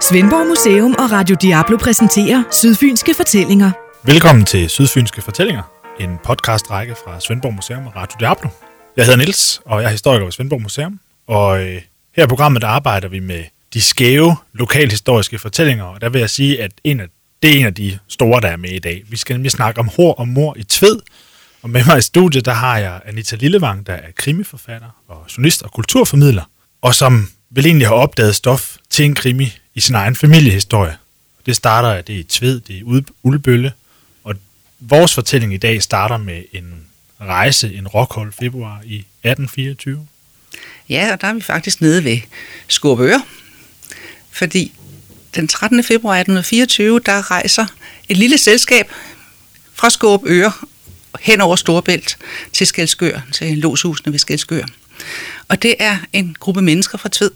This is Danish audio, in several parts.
Svendborg Museum og Radio Diablo præsenterer Sydfynske Fortællinger. Velkommen til Sydfynske Fortællinger, en podcastrække fra Svendborg Museum og Radio Diablo. Jeg hedder Niels, og jeg er historiker ved Svendborg Museum. Og her i programmet der arbejder vi med de skæve lokalhistoriske fortællinger, og der vil jeg sige, at det er en af de store, der er med i dag. Vi skal nemlig snakke om Hor og Mor i Tved, og med mig i studiet, der har jeg Anita Lillevang, der er krimiforfatter og journalist og kulturformidler, og som vil egentlig have opdaget stof til en krimi i sin egen familiehistorie. Det starter i Tved, det er Ulbølle, og vores fortælling i dag starter med en rejse, en rockhold februar i 1824. Ja, og der er vi faktisk nede ved Skårupøre, fordi den 13. februar 1824, der rejser et lille selskab fra Skårupøre hen over Storebælt til Skælskør, til lodshusene ved Skælskør. Og det er en gruppe mennesker fra Tved.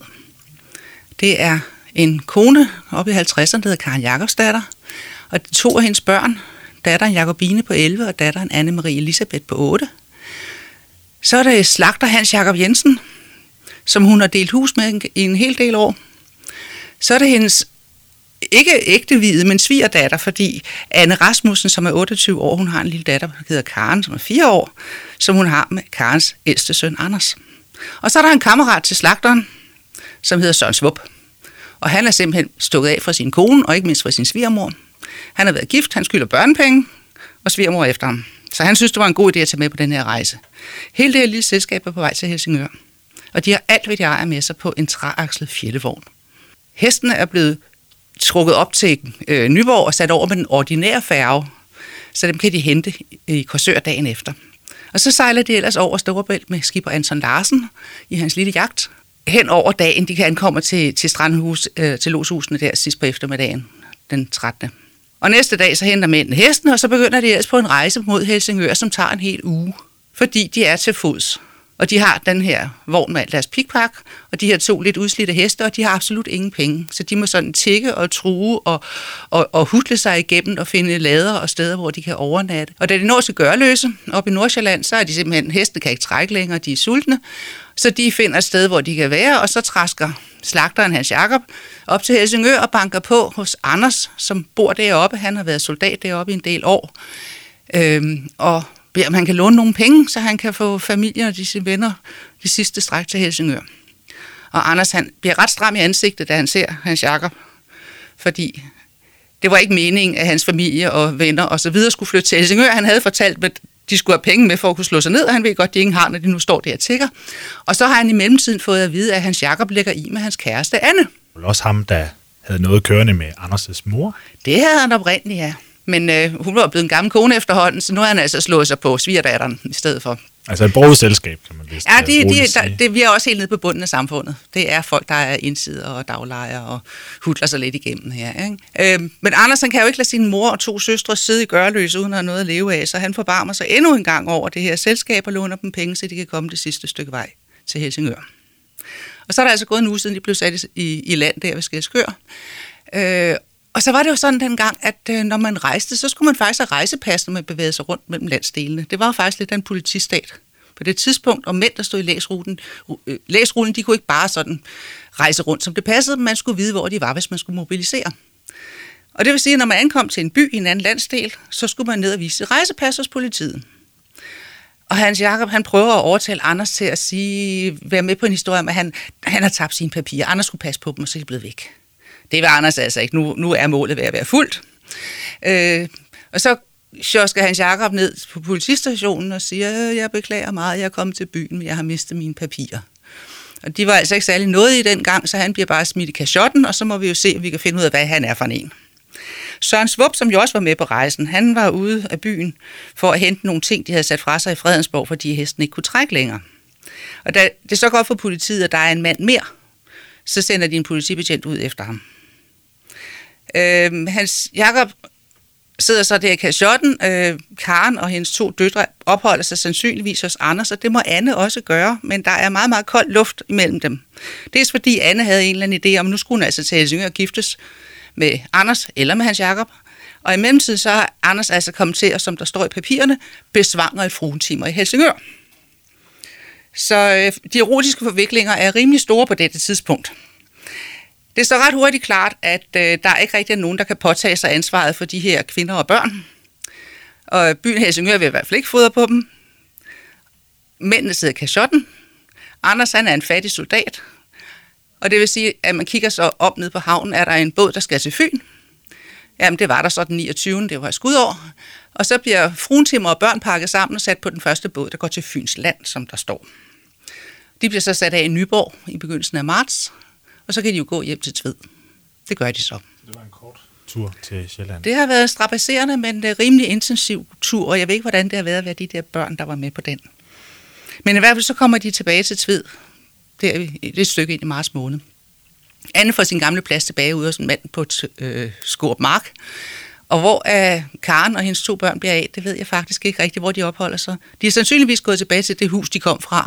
Det er en kone oppe i 50'erne, der hedder Karen Jakobsdatter, og to af hendes børn, datteren Jacobine på 11 og datteren Anne-Marie Elisabeth på 8. Så er det slagter Hans Jakob Jensen, som hun har delt hus med i en hel del år. Så er det hendes ikke ægtevide, men svigerdatter, fordi Anne Rasmussen, som er 28 år, hun har en lille datter, der hedder Karen, som er 4 år, som hun har med Karens ældste søn Anders. Og så er der en kammerat til slagteren, som hedder Søren Svob. Og han er simpelthen stukket af fra sin kone, og ikke mindst fra sin svigermor. Han har været gift, han skylder børnepenge, og svigermor efter ham. Så han synes, det var en god idé at tage med på den her rejse. Hele det her lille selskab er på vej til Helsingør. Og de har alt, hvad de ejer med sig på en træakslet fjellevogn. Hestene er blevet trukket op til Nyborg og sat over med den ordinære færge, så dem kan de hente i Korsør dagen efter. Og så sejler de ellers over Storebælt med skipper Anton Larsen i hans lille jagt. Hen over dagen, de kan ankomme til Strandhus, til lodshusene der sidst på eftermiddagen, den 13. Og næste dag, så henter mændene hesten, og så begynder de ellers på en rejse mod Helsingør, som tager en hel uge, fordi de er til fods. Og de har den her vogn med alt deres pikpak, og de her 2 lidt udslidte heste, og de har absolut ingen penge. Så de må sådan tikke og true og hudle sig igennem og finde lader og steder, hvor de kan overnatte. Og da de når til Gørløse, oppe i Nordsjælland, så er de simpelthen, hestene kan ikke trække længere, de er sultne. Så de finder et sted, hvor de kan være, og så træsker slagteren Hans Jakob op til Helsingør og banker på hos Anders, som bor deroppe. Han har været soldat deroppe i en del år. Og beder om han kan låne nogle penge, så han kan få familien og disse venner de sidste stræk til Helsingør. Og Anders, han bliver ret stram i ansigtet, da han ser Hans Jakob, fordi det var ikke meningen, at hans familie og venner og så videre skulle flytte til Helsingør. Han havde fortalt, at de skulle have penge med for at kunne slå sig ned, og han ved godt, at de ingen har, når de nu står der og tigger. Og så har han i mellemtiden fået at vide, at Hans Jakob ligger i med hans kæreste Anne. Også ham, der havde noget kørende med Anders' mor. Det havde han oprindeligt, ja. Men hun var blevet en gammel kone efterhånden, så nu har han altså slået sig på svigerdatteren i stedet for. Altså et broderselskab, kan man vist vi er også helt nede på bunden af samfundet. Det er folk, der er indsider og daglejere og hudler sig lidt igennem her. Ikke? Men Andersen kan jo ikke lade sin mor og 2 søstre sidde i Gørløse uden at have noget at leve af, så han forbarmer sig endnu en gang over det her selskab og låner dem penge, så de kan komme det sidste stykke vej til Helsingør. Og så er der altså gået en uge siden, de blev sat i land der ved Skælskør. Og så var det jo sådan dengang, at når man rejste, så skulle man faktisk have rejsepas, når man bevægede sig rundt mellem landsdelene. Det var faktisk lidt af en politistat på det tidspunkt, og mænd, der stod i læsruten, de kunne ikke bare sådan rejse rundt, som det passede, men man skulle vide, hvor de var, hvis man skulle mobilisere. Og det vil sige, at når man ankom til en by i en anden landsdel, så skulle man ned og vise rejsepas hos politiet. Og Hans Jakob, han prøver at overtale Anders til at være med på en historie om, at han har tabt sine papirer. Anders skulle passe på dem, og så er de blevet væk. Det var Anders altså ikke. Nu er målet ved at være fuldt. Og så sjosker Hans Jakob ned på politistationen og siger, jeg beklager meget, jeg er kommet til byen, men jeg har mistet mine papirer. Og de var altså ikke særlig noget i den gang, så han bliver bare smidt i kashotten, og så må vi jo se, om vi kan finde ud af, hvad han er for en. Søren Svob, som jo også var med på rejsen, han var ude af byen for at hente nogle ting, de havde sat fra sig i Fredensborg, fordi hesten ikke kunne trække længere. Og da det så godt for politiet, at der er en mand mere, så sender de en politibetjent ud efter ham. Hans Jakob sidder så der i kashotten. Karen og hendes 2 døtre opholder sig sandsynligvis hos Anders, og det må Anne også gøre, men der er meget, meget kold luft imellem dem. Dels fordi Anne havde en eller anden idé om, nu skulle hun altså til Helsingør og giftes med Anders eller med Hans Jakob. Og i mellemtiden så har Anders altså kommet til, og som der står i papirerne, besvanger et fruentimer i Helsingør. Så de erotiske forviklinger er rimelig store på dette tidspunkt. Det står ret hurtigt klart, at der ikke rigtig er nogen, der kan påtage sig ansvaret for de her kvinder og børn. Og byen Helsingør vil i hvert fald ikke fodre på dem. Mændene sidder i kashotten. Anders han er en fattig soldat. Og det vil sige, at man kigger så op ned på havnen, er der en båd, der skal til Fyn. Jamen det var der så den 29. Det var et skudår. Og så bliver fruentimmer og børn pakket sammen og sat på den første båd, der går til Fyns Land, som der står. De bliver så sat af i Nyborg i begyndelsen af marts. Og så kan de jo gå hjem til Tved. Det gør de så. Det var en kort tur til Sjælland. Det har været strabasserende, men en rimelig intensiv tur, og jeg ved ikke, hvordan det har været at være de der børn, der var med på den. Men i hvert fald så kommer de tilbage til Tved. Det er et stykke ind i marts måned. Anne får sin gamle plads tilbage ude hos en mand på Skårup Mark. Og hvor Karen og hendes 2 børn bliver af, det ved jeg faktisk ikke rigtigt, hvor de opholder sig. De er sandsynligvis gået tilbage til det hus, de kom fra,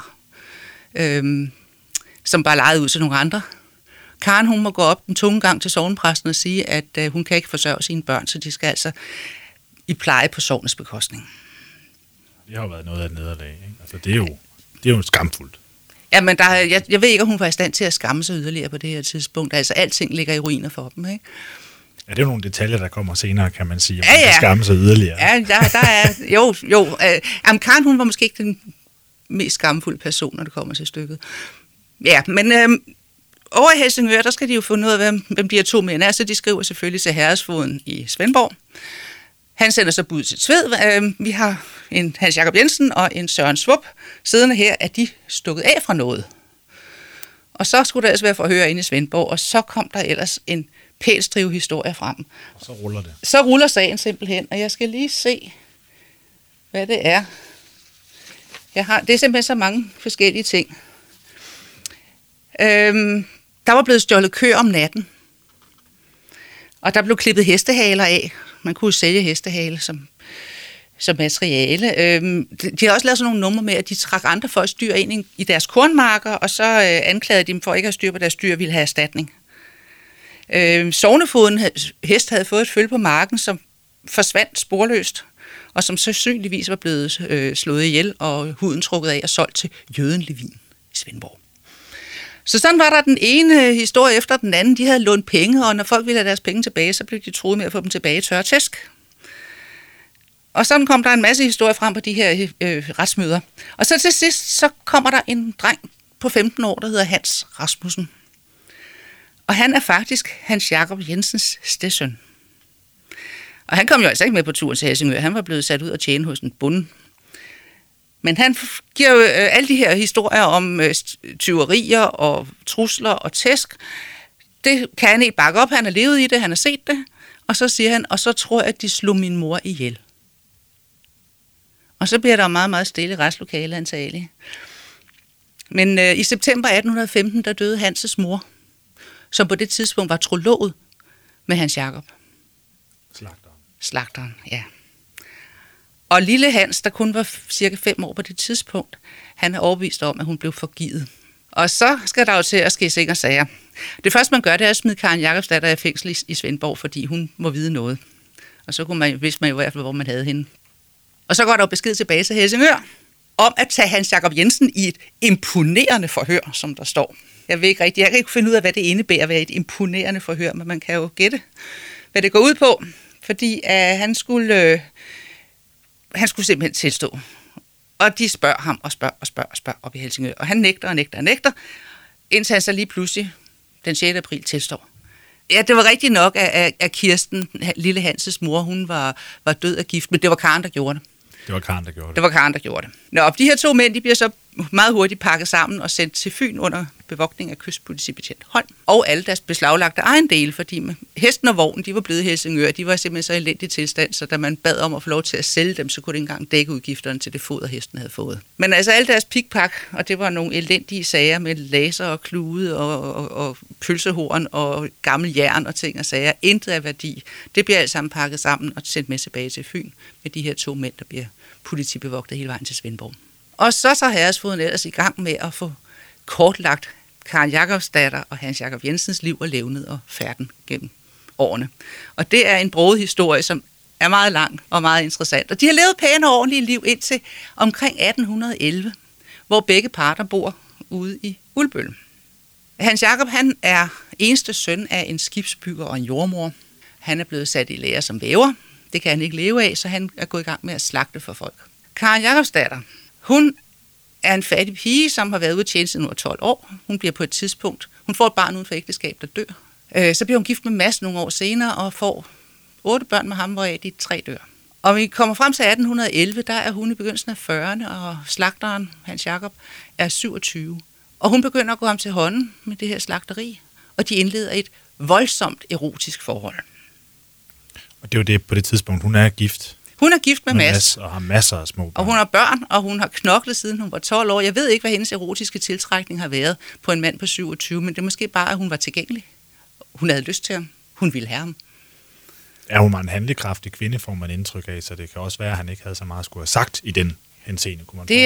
som bare lejede ud til nogle andre. Karen, hun må gå op den tunge gang til sognepræsten og sige, at hun kan ikke forsørge sine børn, så de skal altså i pleje på sognets bekostning. Det har jo været noget af et nederlag, ikke? Altså, det er jo skamfuldt. Ja, men jeg ved ikke, om hun var i stand til at skamme sig yderligere på det her tidspunkt. Altså, alting ligger i ruiner for dem, ikke? Ja, det er jo nogle detaljer, der kommer senere, kan man sige, om ja. man kan skamme sig yderligere. Ja, der er... Jo. Karen, hun var måske ikke den mest skamfulde person, når det kommer til stykket. Ja, men over i Helsingør, der skal de jo finde ud af, hvem de her 2 mænd er, så de skriver selvfølgelig til herredsfogeden i Svendborg. Han sender så bud til Tved. Vi har en Hans Jacob Jensen og en Søren Svup siddende her, at de stukket af fra noget. Og så skulle der altså være forhør inde i Svendborg, og så kom der ellers en pælstrive historie frem. Og så ruller det. Så ruller sagen simpelthen, og jeg skal lige se, hvad det er. Det er simpelthen så mange forskellige ting. Der var blevet stjålet køer om natten, og der blev klippet hestehaler af. Man kunne sælge hestehale som materiale. De har også lavet sådan nogle numre med, at de trak andre folks dyr ind i deres kornmarker, og så anklagede de dem for ikke at have styr på deres dyr, ville have erstatning. Sognefoden hest havde fået et følge på marken, som forsvandt sporløst, og som sandsynligvis var blevet slået ihjel og huden trukket af og solgt til Jøden Levin i Svendborg. Så sådan var der den ene historie efter den anden. De havde lånt penge, og når folk ville have deres penge tilbage, så blev de truet med at få dem tilbage i tørre tæsk. Og sådan kom der en masse historier frem på de her retsmøder. Og så til sidst, så kommer der en dreng på 15 år, der hedder Hans Rasmussen. Og han er faktisk Hans Jacob Jensens stedsøn. Og han kom jo altså ikke med på turen til Helsingør. Han var blevet sat ud og tjene hos en bonde. Men han giver jo alle de her historier om tyverier og trusler og tæsk. Det kan han ikke bakke op. Han har levet i det, han har set det. Og så siger han, og så tror jeg, at de slog min mor ihjel. Og så bliver der meget, meget stille i retslokalet antagelig. Men i september 1815, der døde Hans' mor, som på det tidspunkt var trolovet med Hans Jacob. Slagteren, ja. Og lille Hans, der kun var cirka 5 år på det tidspunkt, han er overbevist om, at hun blev forgivet. Og så skal der jo til at ske sikkert sager. Det første, man gør, det er at smide Karen Jacobsdatter i fængsel i Svendborg, fordi hun må vide noget. Og så vidste man jo i hvert fald, hvor man havde hende. Og så går der jo besked tilbage til Helsingør, om at tage Hans Jacob Jensen i et imponerende forhør, som der står. Jeg ved ikke rigtigt, jeg kan ikke finde ud af, hvad det indebærer at være et imponerende forhør, men man kan jo gætte, hvad det går ud på. Fordi han skulle simpelthen tilstå. Og de spørger ham og spørger op i Helsingør. Og han nægter, indtil han så lige pludselig den 6. april tilstår. Ja, det var rigtigt nok, at Kirsten, lille Hanses mor, hun var død af gift, men det var Karen, der gjorde det. Det var Karen, der gjorde det. Nå, og de her 2 mænd, de bliver så meget hurtigt pakket sammen og sendt til Fyn under bevogtning af kystpolitibetjent Holm. Og alle deres beslaglagte ejendele, fordi hesten og vognen, de var blevet i Helsingør. De var simpelthen så elendig tilstand, så da man bad om at få lov til at sælge dem, så kunne det ikke engang dække udgifterne til det foder, hesten havde fået. Men altså alle deres pikpak, og det var nogle elendige sager med laser og klude og pølsehorn og gammel jern og ting og sager. Intet af værdi. Det bliver alt sammen pakket sammen og sendt med tilbage til Fyn med de her 2 mænd, der bliver politibevogtet hele vejen til Svendborg. Og så herredsfogeden ellers i gang med at få kortlagt Karen Jacobsdatter og Hans Jacob Jensens liv og levned og færden gennem årene. Og det er en broget historie, som er meget lang og meget interessant. Og de har levet pæne og ordentlige liv indtil omkring 1811, hvor begge parter bor ude i Ulbøl. Hans Jakob, han er eneste søn af en skibsbygger og en jordmor. Han er blevet sat i lære som væver. Det kan han ikke leve af, så han er gået i gang med at slagte for folk. Karen Jacobs datter, hun er en fattig pige, som har været ude at tjene siden hun var 12 år. Hun bliver på et tidspunkt, hun får et barn uden for ægteskab, der dør. Så bliver hun gift med Mads nogle år senere og får 8 børn med ham, hvoraf de 3 dør. Og vi kommer frem til 1811, der er hun i begyndelsen af 40'erne, og slagteren, Hans Jakob, er 27. Og hun begynder at gå ham til hånden med det her slagteri, og de indleder et voldsomt erotisk forhold. Og det er jo det på det tidspunkt, hun er gift. Hun er gift med Mads. Og har masser af små børn. Og hun har børn, og hun har knoklet siden hun var 12 år. Jeg ved ikke, hvad hendes erotiske tiltrækning har været på en mand på 27, men det er måske bare, at hun var tilgængelig. Hun havde lyst til ham. Hun ville have ham. Er hun en handlekraftig kvinde, får man indtryk af, så det kan også være, at han ikke havde så meget skulle have sagt i den henseende.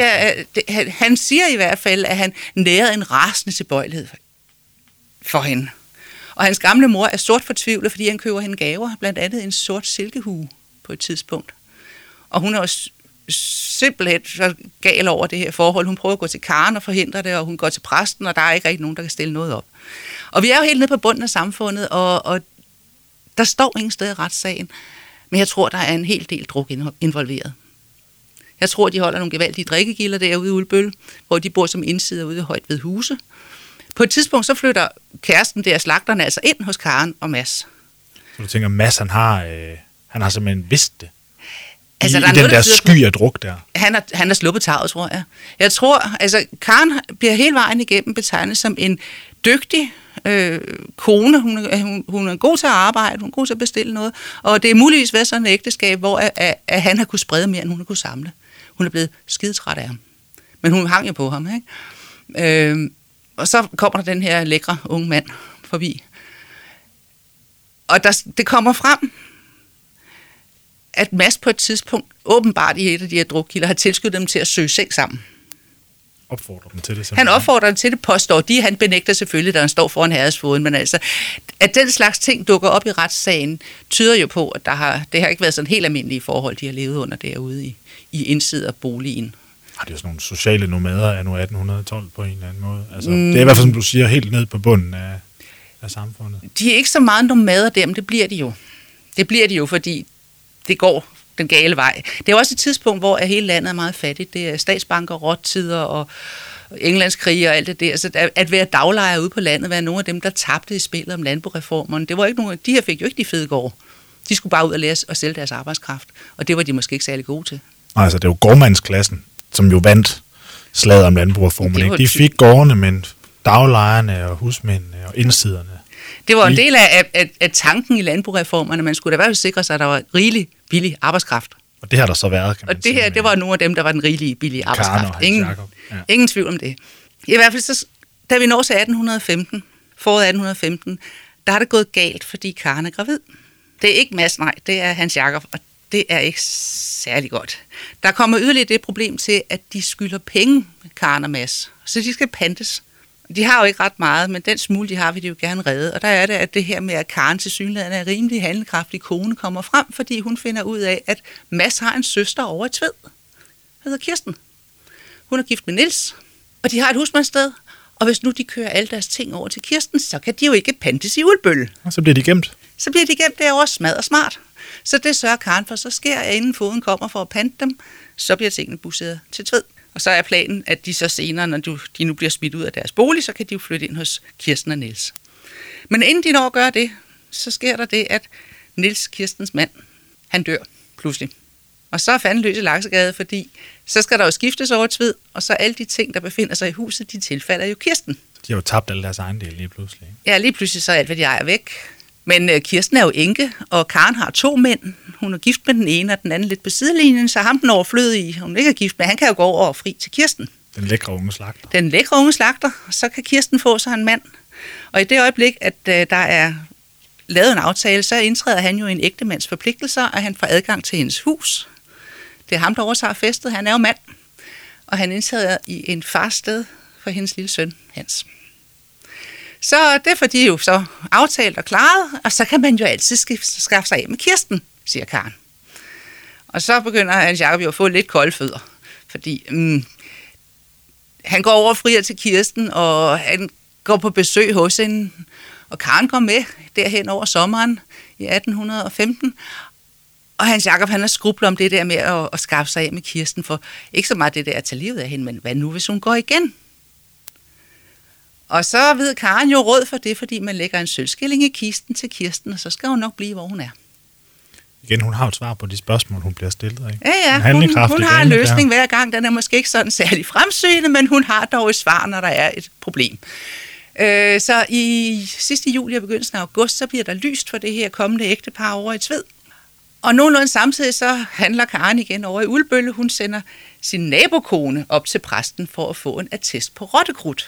Han siger i hvert fald, at han nærede en rasende tilbøjelighed for hende. Og hans gamle mor er sort fortvivlet, fordi han køber hende gaver, blandt andet en sort silkehue på et tidspunkt. Og hun er jo simpelthen så gal over det her forhold. Hun prøver at gå til Karen og forhindre det, og hun går til præsten, og der er ikke rigtig nogen, der kan stille noget op. Og vi er jo helt nede på bunden af samfundet, og der står ingen sted i retssagen, men jeg tror, der er en hel del druk involveret. Jeg tror, de holder nogle gevaldige drikkegilder derude i Ulbøl, hvor de bor som indsider ude i Højt ved Huse. På et tidspunkt så flytter kæresten der, slagterne, altså ind hos Karen og Mads. Så du tænker, Mads, han har simpelthen vidst det? Altså, I den der sky af druk der? Han er sluppet taget, tror jeg. Jeg tror, altså Karen bliver hele vejen igennem betegnet som en dygtig kone. Hun er god til at arbejde, hun er god til at bestille noget. Og det er muligvis været sådan et ægteskab, hvor at han har kunnet sprede mere, end hun har kunnet samle. Hun er blevet skidetræt af ham. Men hun hang jo på ham, ikke? Og så kommer der den her lækre unge mand forbi. Og det kommer frem, at Mads på et tidspunkt, åbenbart i et af de her drukkilder, har tilskyndet dem til at søge sex sammen. Opfordrer dem til det? Han opfordrer dem til det, påstår de. Han benægter selvfølgelig, da han står foran herredsfoden, men altså, at den slags ting dukker op i retssagen, tyder jo på, at det har ikke været sådan helt almindelige forhold, de har levet under derude i indsiderboligen. Det er jo sådan nogle sociale nomader af nu 1812 på en eller anden måde. Altså, det er i hvert fald, som du siger, helt ned på bunden af samfundet. De er ikke så meget nomader der, men det bliver de jo. Det bliver de jo, fordi det går den gale vej. Det er også et tidspunkt, hvor hele landet er meget fattigt. Det er statsbanker, rådtider og englandskrige og alt det der. Så at være daglejer ude på landet, være nogle af dem, der tabte i spillet om landboreformerne, det var ikke nogen. De her fik jo ikke de fede gårde. De skulle bare ud og lære at sælge deres arbejdskraft, og det var de måske ikke særlig gode til. Altså, det er jo gårdmandsklassen, som jo vandt slaget om landboreformerne. De fik gårdene, men daglejerne og husmændene og indsiderne. Det var en del af tanken i landboreformerne. Man skulle da i hvert fald sikre sig, at der var rigelig billig arbejdskraft. Og det har der så været, kan man og det her, det var nogle af dem, der var den rigelige billige arbejdskraft. Ingen tvivl om det. I hvert fald, så, da vi når til 1815, foråret 1815, der har det gået galt, fordi Karen er gravid. Det er ikke Mads, nej, det er Hans Jakob, og det er ikke særlig godt. Der kommer yderligere det problem til, at de skylder penge, Karen og Mads, så de skal pantes. De har jo ikke ret meget, men den smule, de har, vil de jo gerne redde. Og der er det, at det her med, at Karen tilsyneladende er rimelig handlekraftig kone, kommer frem, fordi hun finder ud af, at Mads har en søster over i Tved. Hun hedder Kirsten. Hun er gift med Niels, og de har et husmandssted. Og hvis nu de kører alle deres ting over til Kirsten, så kan de jo ikke pantes i Ulbøl. Og så bliver de gemt. Så bliver de gemt derovre smadret smart. Så det sørger Karen for, så sker inden foden kommer for at pante dem, så bliver tingene busseret til Tved. Og så er planen, at de så senere, når de nu bliver smidt ud af deres bolig, så kan de jo flytte ind hos Kirsten og Niels. Men inden de når at gøre det, så sker der det, at Niels, Kirstens mand, han dør pludselig. Og så er fanden løs i Laksegade, fordi så skal der jo skiftes over Tved, og så alle de ting, der befinder sig i huset, de tilfalder jo Kirsten. De har jo tabt alle deres ejendele lige pludselig. Ikke? Ja, lige pludselig så er alt, hvad de ejer væk. Men Kirsten er jo enke, og Karen har 2 mænd. Hun er gift med den ene, og den anden lidt på sidelinjen, så ham den overflødige, hun ikke er gift med, han kan jo gå over og fri til Kirsten. Den lækre unge slagter. Den lækre unge slagter, så kan Kirsten få sig en mand. Og i det øjeblik, at der er lavet en aftale, så indtræder han jo en ægtemands forpligtelser, og han får adgang til hendes hus. Det er ham, der overtager festet. Han er jo mand, og han indtræder i en fars sted for hendes lille søn, Hans. Så det får de jo så aftalt og klaret, og så kan man jo altid skaffe sig af med Kirsten, siger Karen. Og så begynder Hans Jakob jo at få lidt kolde fødder, fordi han går over og frier til Kirsten, og han går på besøg hos hende, og Karen går med derhen over sommeren i 1815. Og Hans Jakob, han har skrublet om det der med at skaffe sig af med Kirsten, for ikke så meget det der at tage livet af hende, men hvad nu, hvis hun går igen? Og så ved Karen jo råd for det, fordi man lægger en sølvskilling i kisten til Kirsten, og så skal hun nok blive, hvor hun er. Igen, hun har et svar på de spørgsmål, hun bliver stillet, ikke? Ja, hun har en løsning hver gang. Den er måske ikke sådan særlig fremsynet, men hun har dog et svar, når der er et problem. Så i sidste juli og begyndelsen af august, så bliver der lyst for det her kommende ægtepar over i Tved. Og nogenlunde samtidig så handler Karen igen over i Ulbølle. Hun sender sin nabokone op til præsten for at få en attest på rottekrudt.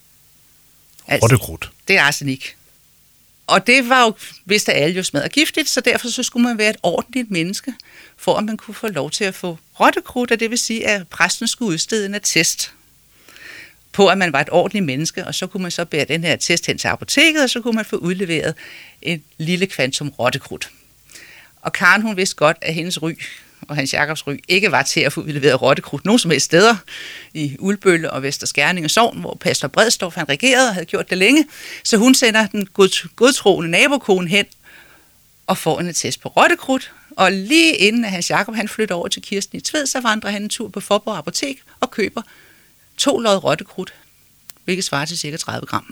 Rottekrudt? Det er arsenik. Og det var jo, vidste alle jo smadret giftigt, så derfor så skulle man være et ordentligt menneske, for at man kunne få lov til at få rottekrudt, og det vil sige, at præsten skulle udstede en attest på, at man var et ordentligt menneske, og så kunne man så bære den her attest hen til apoteket, og så kunne man få udleveret et lille kvantum rottekrudt. Og Karen, hun vidste godt, at hendes ry og Hans Jakobs ry ikke var til at få udleveret rottekrudt nogen som helst steder i Ulbølle og Vester Skærninge Sogn, hvor pastor Bredstorff han regerede og havde gjort det længe. Så hun sender den godtroende nabokone hen og får en attest på rottekrudt. Og lige inden Hans Jakob han flytter over til Kirsten i Tved, så vandrer han en tur på Fåborg Apotek og køber 2 lod rottekrudt, hvilket svarer til cirka 30 gram.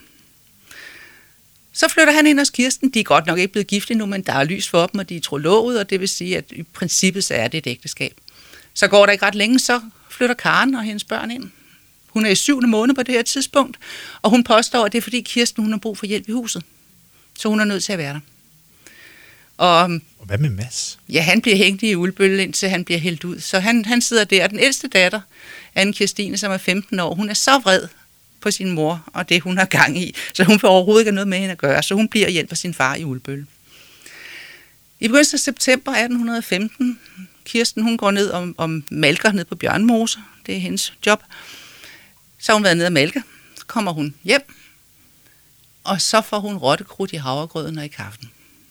Så flytter han ind hos Kirsten. De er godt nok ikke blevet gift endnu, men der er lys for dem, og de er trolovet, og det vil sige, at i princippet så er det et ægteskab. Så går der ikke ret længe, så flytter Karen og hendes børn ind. Hun er i 7. måned på det her tidspunkt, og hun påstår, at det er fordi Kirsten hun har brug for hjælp i huset. Så hun er nødt til at være der. Og hvad med Mads? Ja, han bliver hængt i Ulbølle, indtil han bliver hældt ud. Så han sidder der. Den ældste datter, Anne Kirstine, som er 15 år, hun er så vred på sin mor og det, hun har gang i. Så hun får overhovedet ikke noget med hende at gøre, så hun bliver og hjælper sin far i Ulbølle. I begyndelsen af september 1815, Kirsten hun går ned og malker ned på Bjørnmose. Det er hendes job. Så har hun været nede og malke. Så kommer hun hjem, og så får hun rottekrudt i havregrøden og i kaffen.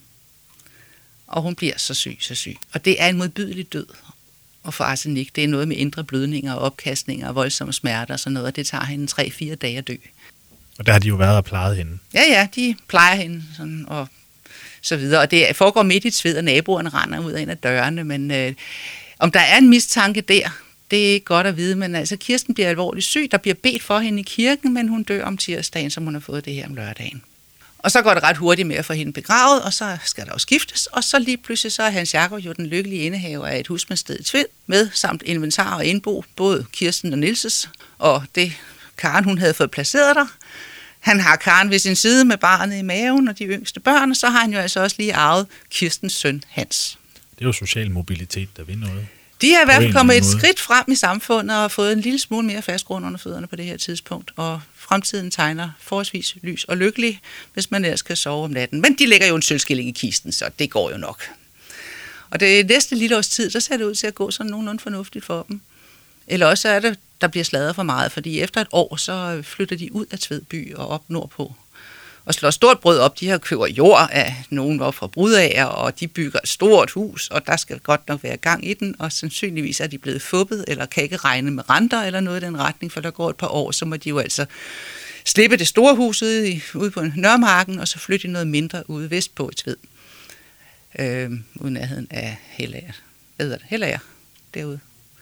Og hun bliver så syg. Og det er en modbydelig død. Og for arsenik, det er noget med indre blødninger og opkastninger og voldsomme smerter og sådan noget, og det tager hende 3-4 dage at dø. Og der har de jo været og plejet hende. Ja, de plejer hende sådan, og så videre. Og det foregår midt i Tved, og naboerne render ud af en af dørene, men om der er en mistanke der, det er ikke godt at vide, men altså Kirsten bliver alvorligt syg, der bliver bedt for hende i kirken, men hun dør om tirsdagen, som hun har fået det her om lørdagen. Og så går det ret hurtigt med at få hende begravet, og så skal der jo skiftes, og så lige pludselig så er Hans Jakob jo den lykkelige indehaver af et husmandssted i Tved, med samt inventar og indbo, både Kirsten og Nilses, og det Karen hun havde fået placeret der. Han har Karen ved sin side med barnet i maven og de yngste børn, og så har han jo altså også lige arvet Kirstens søn Hans. Det er jo social mobilitet, der vil noget. De har i hvert fald kommet et skridt frem i samfundet og fået en lille smule mere fast grund under fødderne på det her tidspunkt, og fremtiden tegner forholdsvis lys og lykkelig, hvis man ellers kan sove om natten. Men de lægger jo en sølvskilling i kisten, så det går jo nok. Og det næste lille års tid, så ser det ud til at gå sådan nogenlunde fornuftigt for dem. Eller også er det, der bliver sladret for meget, fordi efter et år, så flytter de ud af Tvedby og op nordpå. Og slår stort brød op. De her køber jord af nogen op fra Brudager, og de bygger et stort hus, og der skal godt nok være gang i den, og sandsynligvis er de blevet fuppet, eller kan ikke regne med renter, eller noget i den retning, for der går et par år, så må de jo altså slippe det store hus ude på Nørremarken, og så flytte noget mindre ude vestpå i Tved. Uden nærheden af Hellager. Hvad hedder det? Hellager? Derude.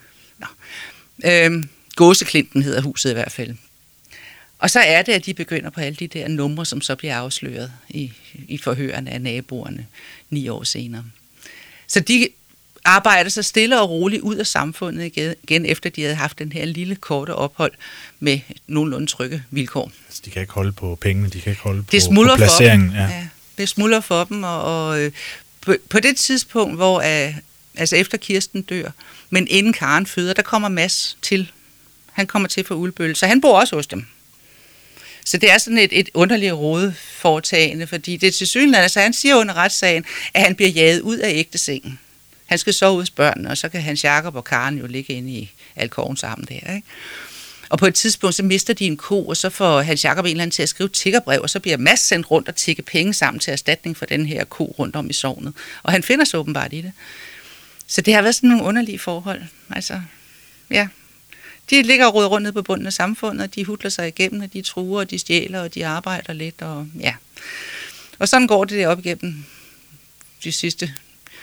Gåseklinten hedder huset i hvert fald. Og så er det, at de begynder på alle de der numre, som så bliver afsløret i forhørene af naboerne 9 år senere. Så de arbejder så stille og roligt ud af samfundet igen, efter de havde haft den her lille korte ophold med nogenlunde trygge vilkår. Altså, de kan ikke holde på pengene, de kan ikke holde på placeringen. Ja, det smuldrer for dem, og på det tidspunkt, hvor altså efter Kirsten dør, men inden Karen føder, der kommer Mads til. Han kommer til fra Ulbølle, så han bor også hos dem. Så det er sådan et underligt rådeforetagende, fordi det er tilsyneladende, altså han siger under retssagen, at han bliver jaget ud af ægtesengen. Han skal sove hos børnene, og så kan Hans Jakob og Karen jo ligge inde i alkoven sammen der, ikke? Og på et tidspunkt, så mister de en ko, og så får Hans Jakob en eller anden til at skrive tiggerbrev, og så bliver Mads sendt rundt og tigge penge sammen til erstatning for den her ko rundt om i sognet. Og han finder så åbenbart i det. Så det har været sådan nogle underlige forhold. Altså, ja. De ligger og roder rundt ned på bunden af samfundet, og de hutler sig igennem, og de truer, og de stjæler, og de arbejder lidt, og ja. Og sådan går det op igennem de sidste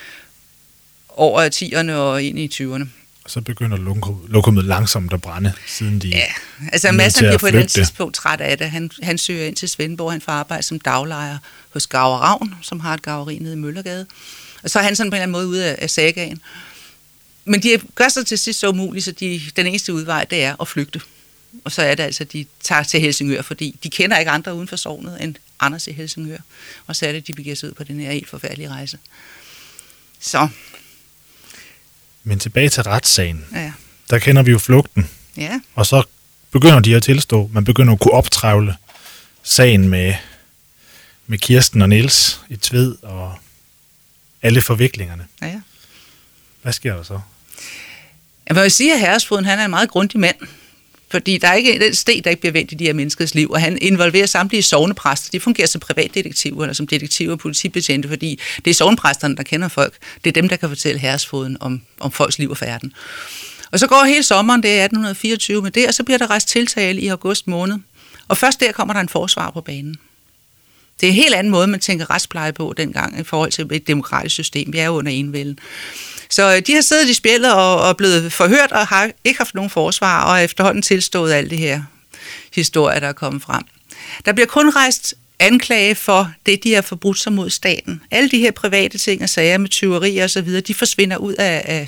år af 10'erne og ind i 20'erne. Og så begynder lokummet langsomt at brænde, siden de... Ja, altså Madsen bliver på et andet tidspunkt træt af det. Han søger ind til Svendborg, han får arbejde som daglejer hos Garver Ravn, som har et garveri nede i Møllergade. Og så er han sådan på en eller anden måde ude af sagaen. Men de gør sig til sidst så umuligt, så den eneste udvej, det er at flygte. Og så er det altså, de tager til Helsingør, fordi de kender ikke andre uden for sognet end Anders i Helsingør. Og så er det, de begiver sig ud på den her helt forfærdelige rejse. Så. Men tilbage til retssagen. Ja. Der kender vi jo flugten. Ja. Og så begynder de at tilstå. Man begynder at kunne optrævle sagen med Kirsten og Niels i Tved og alle forviklingerne. Ja. Hvad sker der så? Jeg vil sige, at herresfogeden, han er en meget grundig mand. Fordi der er ikke den sten, der ikke bliver vendt i de her menneskers liv, og han involverer samtlige sognepræster. De fungerer som privatdetektiver, eller som detektiver og politibetjente, fordi det er sognepræsterne, der kender folk. Det er dem, der kan fortælle herresfogeden om folks liv og færden. Og så går hele sommeren, det er 1824 med det, og så bliver der rejst tiltale i august måned. Og først der kommer der en forsvar på banen. Det er en helt anden måde, man tænker retspleje på dengang i forhold til et demokratisk system. Vi er jo under enevælden. Så de har siddet i spjældet og blevet forhørt og har ikke haft nogen forsvar, og efterhånden tilstået alle de her historier, der er kommet frem. Der bliver kun rejst anklage for det, de har forbrudt sig mod staten. Alle de her private ting og sager med tyverier og så videre, de forsvinder ud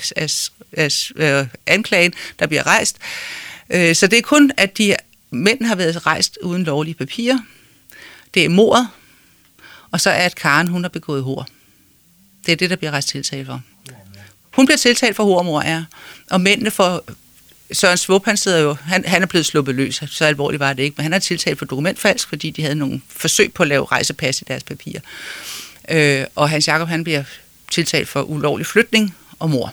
af anklagen, der bliver rejst. Så det er kun, at mænd har været rejst uden lovlige papirer. Det er mordet, og så er det Karen, hun har begået hor. Det er det, der bliver rejst tiltale for. Hun bliver tiltalt for hormor, ja. Og mændene for Søren Svob, han sidder jo, han er blevet sluppet løs, så alvorligt var det ikke, men han er tiltalt for dokumentfalsk, fordi de havde nogle forsøg på at lave rejsepas i deres papirer. Og Hans Jakob, han bliver tiltalt for ulovlig flytning og mord.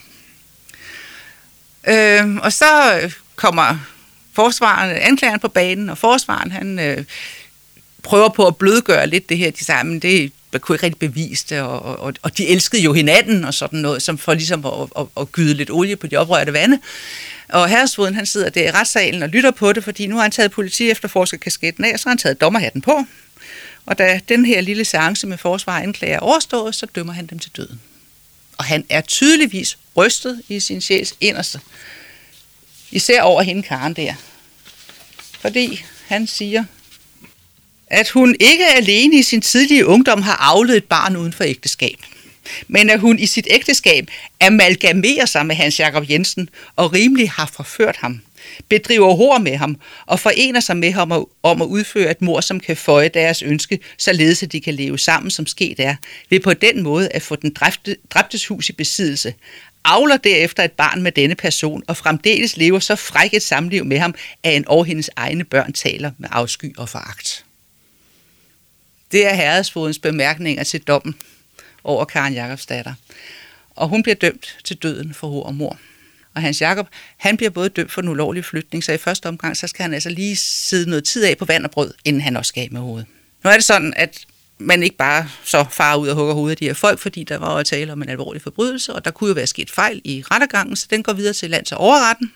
Og så kommer anklageren på banen, og forsvaren, han prøver på at blødgøre lidt det her, de sagde, men det kunne ikke rigtig bevise det, og de elskede jo hinanden og sådan noget, som for ligesom at gyde lidt olie på de oprørte vande. Og herresfogeden, han sidder der i retssalen og lytter på det, fordi nu har han taget politiefterforskerkasketten af, og så har han taget dommerhatten på. Og da den her lille seance med forsvar og anklager er overstået, så dømmer han dem til døden. Og han er tydeligvis rystet i sin sjæls inderste. Især over hende Karen der. Fordi han siger, at hun ikke alene i sin tidlige ungdom har avlet et barn uden for ægteskab, men at hun i sit ægteskab amalgamerer sig med Hans Jakob Jensen og rimelig har forført ham, bedriver hor med ham og forener sig med ham om at udføre et mord, som kan føje deres ønske, således at de kan leve sammen, som sket er, ved på den måde at få den dræbtes hus i besiddelse, avler derefter et barn med denne person og fremdeles lever så fræk et samliv med ham, at en og hendes egne børn taler med afsky og foragt. Det er herresfogedens bemærkninger til dommen over Karen Jakobsdatter. Og hun bliver dømt til døden for hor og mord. Og Hans Jakob, han bliver både dømt for en ulovlig flytning, så i første omgang, så skal han altså lige sidde noget tid af på vand og brød, inden han også skal af med hovedet. Nu er det sådan, at man ikke bare så farer ud og hugger hovedet af de her folk, fordi der var jo tale om en alvorlig forbrydelse, og der kunne jo være sket fejl i rettergangen, så den går videre til lands- og overretten.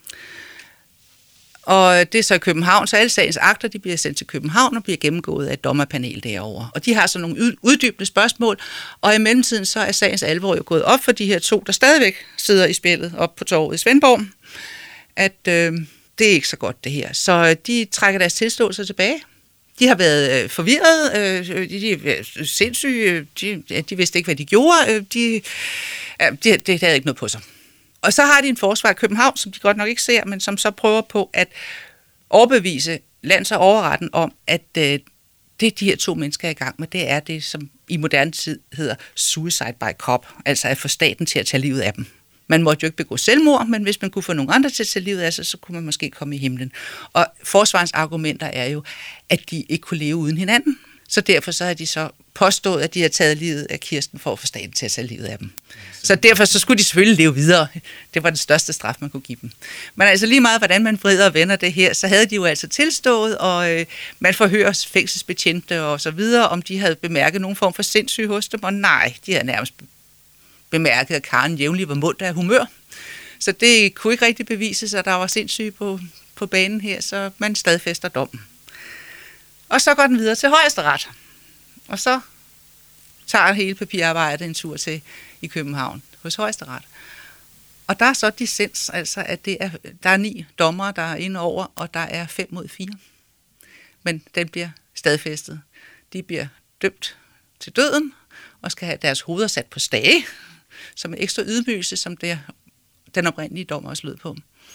Og det er så i København, så alle sagens akter, de bliver sendt til København og bliver gennemgået af et dommerpanel derovre. Og de har så nogle uddybende spørgsmål, og i mellemtiden så er sagens alvor jo gået op for de her to, der stadigvæk sidder i spjældet op på torvet i Svendborg, at det er ikke så godt det her. Så de trækker deres tilståelser tilbage. De har været forvirrede, de har været sindssyge, de vidste ikke, hvad de gjorde, det havde ikke noget på sig. Og så har de en forsvar i København, som de godt nok ikke ser, men som så prøver på at overbevise lands- og overretten om, at det de her to mennesker er i gang med, det er det, som i moderne tid hedder suicide by cop, altså at få staten til at tage livet af dem. Man måtte jo ikke begå selvmord, men hvis man kunne få nogle andre til at tage livet af sig, så kunne man måske komme i himlen. Og forsvarens argumenter er jo, at de ikke kunne leve uden hinanden. Så derfor så har de så påstået, at de har taget livet af Kirsten for at få staten til at tage livet af dem. Så derfor så skulle de selvfølgelig leve videre. Det var den største straf, man kunne give dem. Men altså lige meget, hvordan man vrider og vender det her, så havde de jo altså tilstået, og man forhører fængselsbetjente og så videre, om de havde bemærket nogen form for sindssyge hos dem, og nej, de havde nærmest bemærket, at Karen jævnligt var munter af humør. Så det kunne ikke rigtig bevises, at der var sindssyge på banen her, så man stadfæster dommen. Og så går den videre til Højesteret. Og så tager hele papirarbejdet en tur til i København hos Højesteret. Og der er så dissens, altså at der er 9 dommere, der er inde over, og der er 5 mod 4. Men den bliver stadfæstet. De bliver dømt til døden, og skal have deres hoveder sat på stage, som en ekstra ydmygelse, som den oprindelige dommer også lød på.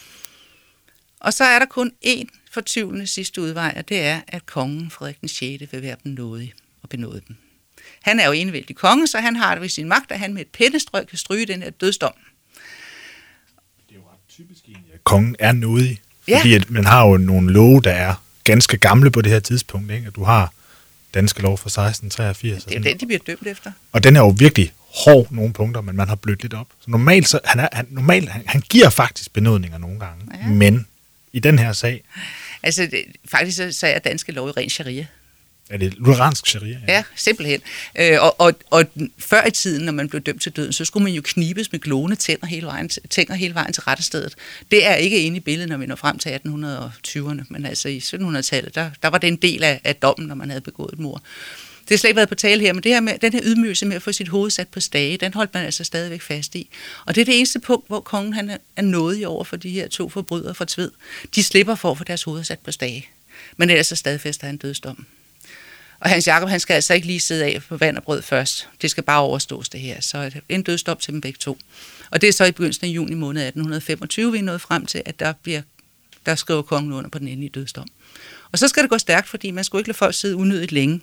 Og så er der kun én fortvivlende sidste udvej, og det er, at kongen Frederik den 6. vil være dem nådig og benåde dem. Han er jo enevældig konge, så han har det ved sin magt, at han med et pennestrøg kan stryge den her dødsdom. Det er jo ret typisk egentlig, at kongen er nådig, fordi at man har jo nogle love, der er ganske gamle på det her tidspunkt, ikke? At du har danske lov fra 1683. Det er jo den, de bliver dømt efter. Og den er jo virkelig hård nogle punkter, men man har blødt lidt op. Så normalt, han giver faktisk benådninger nogle gange, men i den her sag... Altså, faktisk så er danske lov i ren sharia. Er det lutheransk sharia? Ja, simpelthen. Og før i tiden, når man blev dømt til døden, så skulle man jo knibes med glående tænder hele vejen til rettestedet. Det er ikke inde i billedet, når vi når frem til 1820'erne, men altså i 1700-tallet, der var det en del af dommen, når man havde begået et mord. Det har slet ikke været på tale her, men det her med, den her ydmygelse med at få sit hoved sat på stage, den holdt man altså stadigvæk fast i. Og det er det eneste punkt, hvor kongen han er nådig over for de her 2 forbrydere fra Tved. De slipper for at få deres hoveder sat på stage, men ellers så stadfæster han dødsdommen. Og Hans Jakob, han skal altså ikke lige sidde af på vand og brød først. Det skal bare overstås det her. Så en dødsdom til dem begge 2. Og det er så i begyndelsen af juni måned 1825, vi er nået frem til, at der skriver kongen under på den endelige dødsdom. Og så skal det gå stærkt, fordi man skulle ikke lade folk sidde unødigt længe.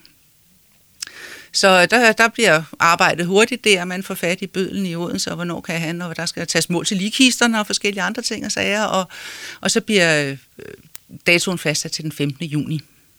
Så der bliver arbejdet hurtigt der, man får fat i bødlen i Odense, og hvornår kan han, og der skal tages mål til ligkisterne og forskellige andre ting og sager, og så bliver datoen fastsat til den 15. juni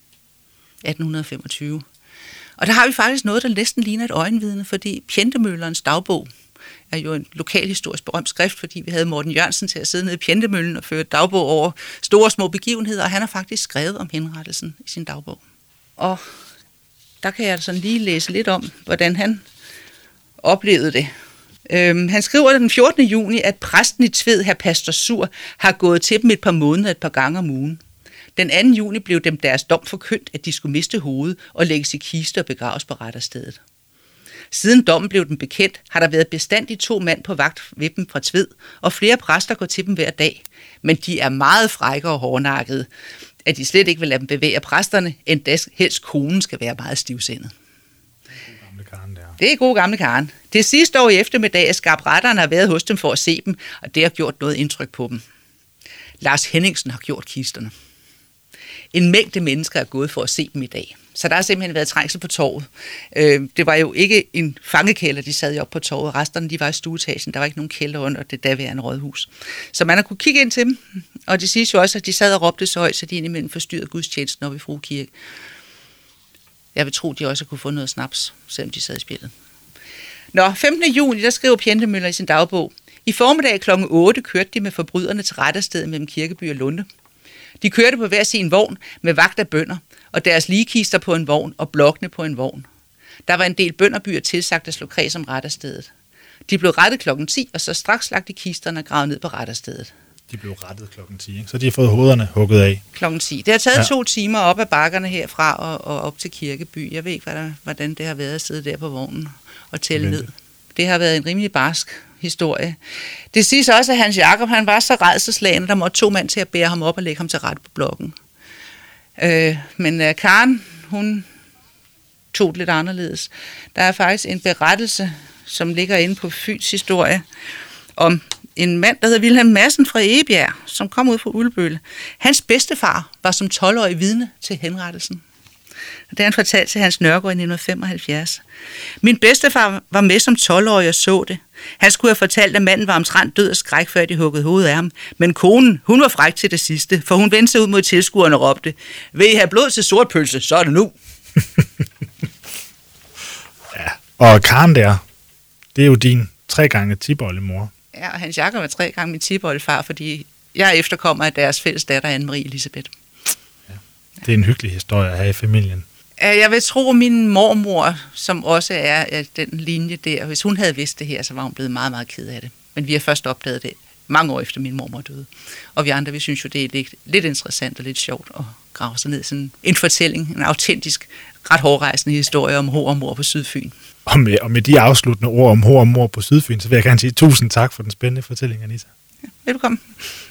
1825. Og der har vi faktisk noget, der næsten ligner et øjenvidne, fordi Pjentemøllerens dagbog er jo en lokalhistorisk berømt skrift, fordi vi havde Morten Jørgensen til at sidde nede i Pjentemøllen og føre dagbog over store og små begivenheder, og han har faktisk skrevet om henrettelsen i sin dagbog. Og der kan jeg sådan lige læse lidt om, hvordan han oplevede det. Han skriver den 14. juni, at præsten i Tved, hr. Pastor Sur, har gået til dem et par måneder, et par gange om ugen. Den 2. juni blev dem deres dom forkyndt, at de skulle miste hovedet og lægges i kiste og begraves på retterstedet. Siden dommen blev dem bekendt, har der været bestandigt 2 mand på vagt ved dem fra Tved, og flere præster går til dem hver dag. Men de er meget frække og hårdnakkede, at de slet ikke vil lade dem bevæge præsterne, endda helst konen skal være meget stivsindet. Det er gode gamle Karen. Det sidste år i eftermiddag er skarpretterne har været hos dem for at se dem, og det har gjort noget indtryk på dem. Lars Henningsen har gjort kisterne. En mængde mennesker er gået for at se dem i dag. Så der har simpelthen været trængsel på torvet. Det var jo ikke en fangekælder, de sad jo op på torvet. Resterne de var i stueetagen. Der var ikke nogen kælder under det daværende rådhus. Så man har kunne kigge ind til dem. Og det siges jo også, at de sad og råbte så højt, så de indimellem forstyrrede gudstjenesten oppe i Frue Kirke. Jeg vil tro, de også kunne få noget snaps, selvom de sad i spillet. 15. juni, der skriver Pjentemøller i sin dagbog. I formiddag kl. 8 kørte de med forbryderne til retterstedet mellem Kirkeby og Lunde. De kørte på hver sin vogn med vagt af bønder, og deres ligkister på en vogn og blokkene på en vogn. Der var en del bønderbyer tilsagt at slå kreds om retterstedet. De blev rettet klokken 10, og så straks lagt de kisterne og gravet ned på retterstedet. De blev rettet klokken 10, ikke? Så de har fået hovederne hugget af. Klokken 10. Det har taget 2 timer op ad bakkerne herfra og op til Kirkeby. Jeg ved ikke, hvordan det har været at sidde der på vognen og tælle ned. Det har været en rimelig barsk historie. Det siges også, at Hans Jakob han var så rædselsslagen, at der måtte 2 mand til at bære ham op og lægge ham til ret på blokken. Men Karen, hun tog det lidt anderledes. Der er faktisk en berettelse, som ligger inde på Fyns historie, om en mand, der hedder Vilhelm Madsen fra Egebjerg, som kom ud fra Uldbølle. Hans bedstefar var som 12-årig vidne til henrettelsen. Det har han fortalt til Hans Nørgaard i 1975. Min bedstefar var med som 12-årig og så det. Han skulle have fortalt, at manden var omtrent død af skræk, før de huggede hovedet af ham. Men konen, hun var fræk til det sidste, for hun vendte sig ud mod tilskuerne og råbte, vil I have blod til sortpølse, så er det nu. Ja, og Karen der, det er jo din 3 gange tipoldemor. Ja, og Hans Jakob var 3 gange min tipoldefar, fordi jeg efterkommer af deres fælles datter, Anne-Marie Elisabeth. Ja, det er en hyggelig historie at have i familien. Jeg vil tro, at min mormor, som også er den linje der, hvis hun havde vidst det her, så var hun blevet meget, meget ked af det. Men vi har først opdaget det mange år efter min mormor døde. Og vi andre, vi synes jo, det er lidt interessant og lidt sjovt at grave sig ned i sådan en fortælling, en autentisk, ret hårdrejsende historie om hår og mor på Sydfyn. Og med de afsluttende ord om hår og mor på Sydfyn, så vil jeg gerne sige tusind tak for den spændende fortælling, Anita. Ja, velkommen.